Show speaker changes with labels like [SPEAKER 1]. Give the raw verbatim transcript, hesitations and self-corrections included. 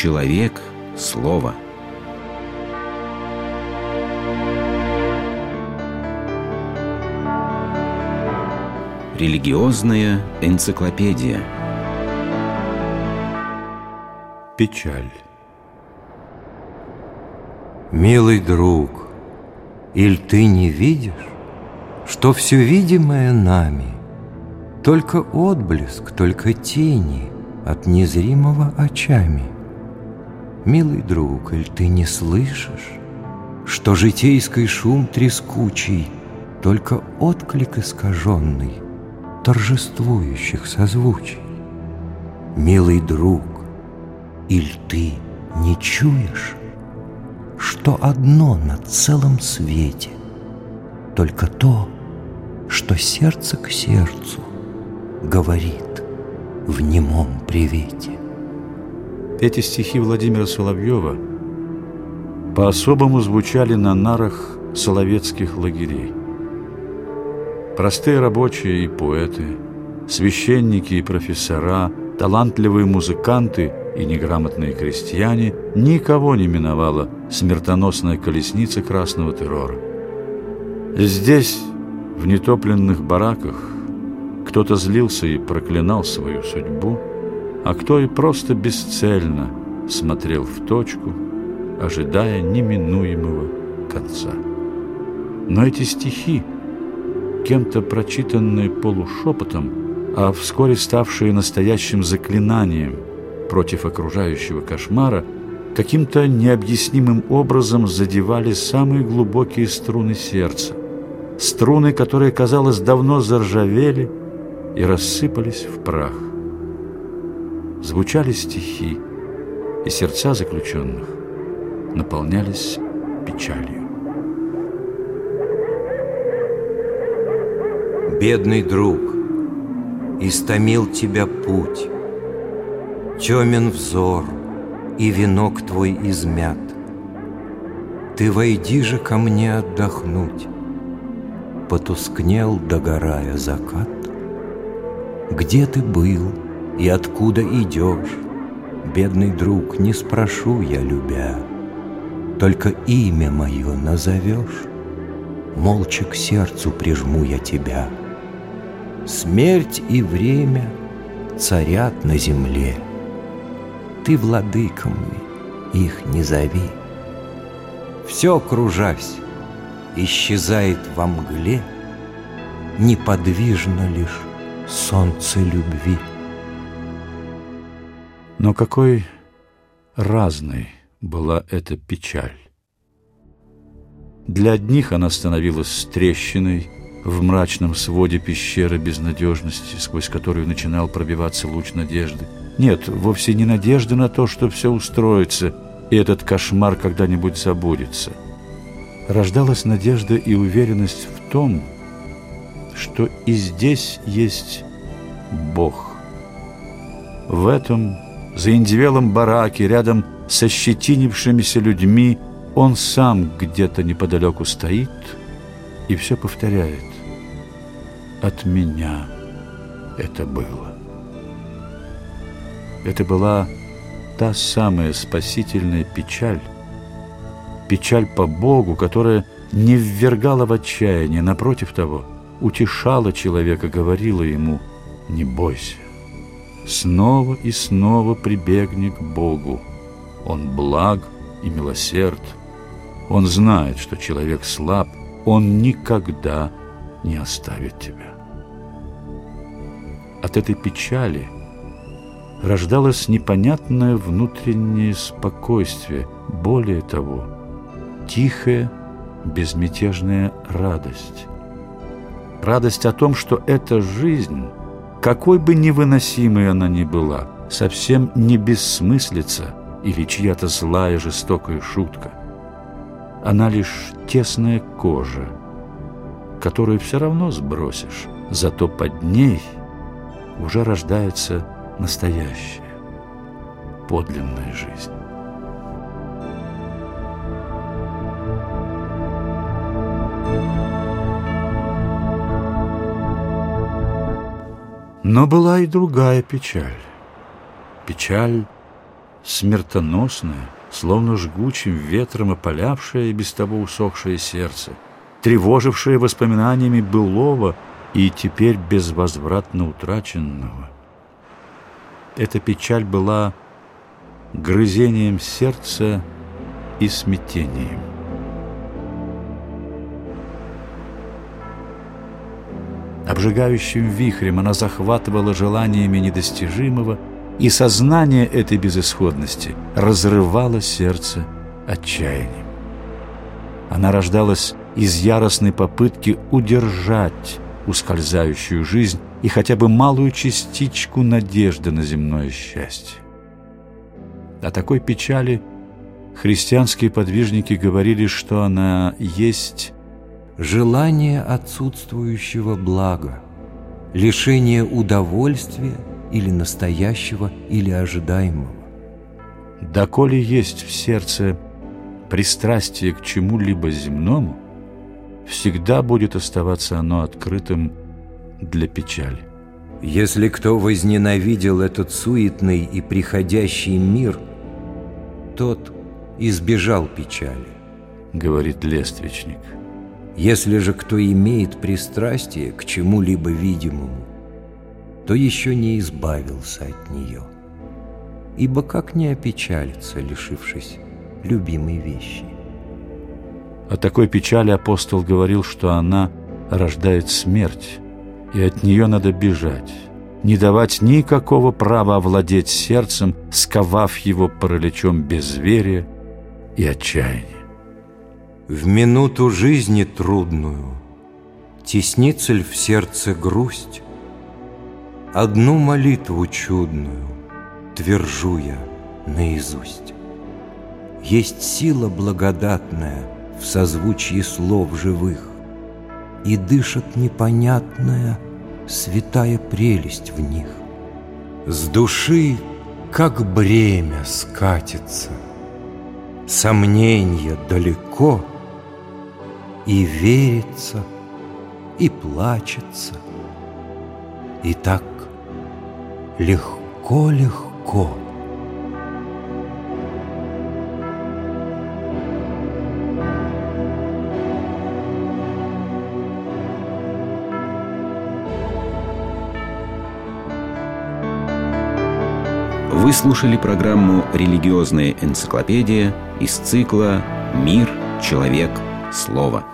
[SPEAKER 1] Человек – слово. Религиозная энциклопедия.
[SPEAKER 2] Печаль. Милый друг, иль ты не видишь, что все видимое нами только отблеск, только тени от незримого очами? Милый друг, иль ты не слышишь, что житейский шум трескучий только отклик искаженный торжествующих созвучий? Милый друг, иль ты не чуешь, что одно на целом свете только то, что сердце к сердцу говорит в немом привете?
[SPEAKER 3] Эти стихи Владимира Соловьева по-особому звучали на нарах соловецких лагерей. Простые рабочие и поэты, священники и профессора, талантливые музыканты и неграмотные крестьяне, никого не миновала смертоносная колесница красного террора. Здесь, в нетопленных бараках, кто-то злился и проклинал свою судьбу, а кто и просто бесцельно смотрел в точку, ожидая неминуемого конца. Но эти стихи, кем-то прочитанные полушепотом, а вскоре ставшие настоящим заклинанием против окружающего кошмара, каким-то необъяснимым образом задевали самые глубокие струны сердца, струны, которые, казалось, давно заржавели и рассыпались в прах. Звучали стихи, и сердца заключенных наполнялись печалью.
[SPEAKER 2] Бедный друг, истомил тебя путь, темен взор, и венок твой измят. Ты войди же ко мне отдохнуть. Потускнел, догорая, закат. Где ты был и откуда идешь? Бедный друг, не спрошу я, любя, только имя мое назовешь, молча к сердцу прижму я тебя. Смерть и время царят на земле, ты владыками их не зови. Все, кружась, исчезает во мгле, неподвижно лишь солнце любви.
[SPEAKER 3] Но какой разной была эта печаль. Для одних она становилась трещиной в мрачном своде пещеры безнадежности, сквозь которую начинал пробиваться луч надежды. Нет, вовсе не надежды на то, что все устроится, и этот кошмар когда-нибудь забудется. Рождалась надежда и уверенность в том, что и здесь есть Бог. В этом заиндевелом бараке, рядом со щетинившимися людьми, Он сам где-то неподалеку стоит и все повторяет: «От меня это было». Это была та самая спасительная печаль, печаль по Богу, которая не ввергала в отчаяние, напротив того, утешала человека, говорила ему: «Не бойся, снова и снова прибегни к Богу. Он благ и милосерд. Он знает, что человек слаб. Он никогда не оставит тебя». От этой печали рождалось непонятное внутреннее спокойствие, более того, тихая, безмятежная радость. Радость о том, что эта жизнь, какой бы невыносимой она ни была, совсем не бессмыслица или чья-то злая жестокая шутка. Она лишь тесная кожа, которую все равно сбросишь, зато под ней уже рождается настоящая, подлинная жизнь. Но была и другая печаль. Печаль смертоносное, словно жгучим ветром опалявшее и без того усохшее сердце, тревожившее воспоминаниями былого и теперь безвозвратно утраченного. Эта печаль была грызением сердца и смятением. Обжигающим вихрем она захватывала желаниями недостижимого, и сознание этой безысходности разрывало сердце отчаянием. Она рождалась из яростной попытки удержать ускользающую жизнь и хотя бы малую частичку надежды на земное счастье. О такой печали христианские подвижники говорили, что она есть
[SPEAKER 2] желание отсутствующего блага, лишение удовольствия или настоящего, или ожидаемого.
[SPEAKER 3] Доколе есть в сердце пристрастие к чему-либо земному, всегда будет оставаться оно открытым для печали.
[SPEAKER 2] Если кто возненавидел этот суетный и приходящий мир, тот избежал печали,
[SPEAKER 3] говорит Лествичник.
[SPEAKER 2] Если же кто имеет пристрастие к чему-либо видимому, то еще не избавился от нее. Ибо как не опечалиться, лишившись любимой вещи?
[SPEAKER 3] О такой печали апостол говорил, что она рождает смерть, и от нее надо бежать, не давать никакого права овладеть сердцем, сковав его параличом безверия и отчаяния.
[SPEAKER 2] В минуту жизни трудную теснится ль в сердце грусть? Одну молитву чудную твержу я наизусть. Есть сила благодатная в созвучии слов живых, и дышит непонятная святая прелесть в них. С души, как бремя, скатится, сомненье далеко, и верится, и плачется, и так легко-легко.
[SPEAKER 1] Вы слушали программу «Религиозная энциклопедия» из цикла «Мир, человек, слово».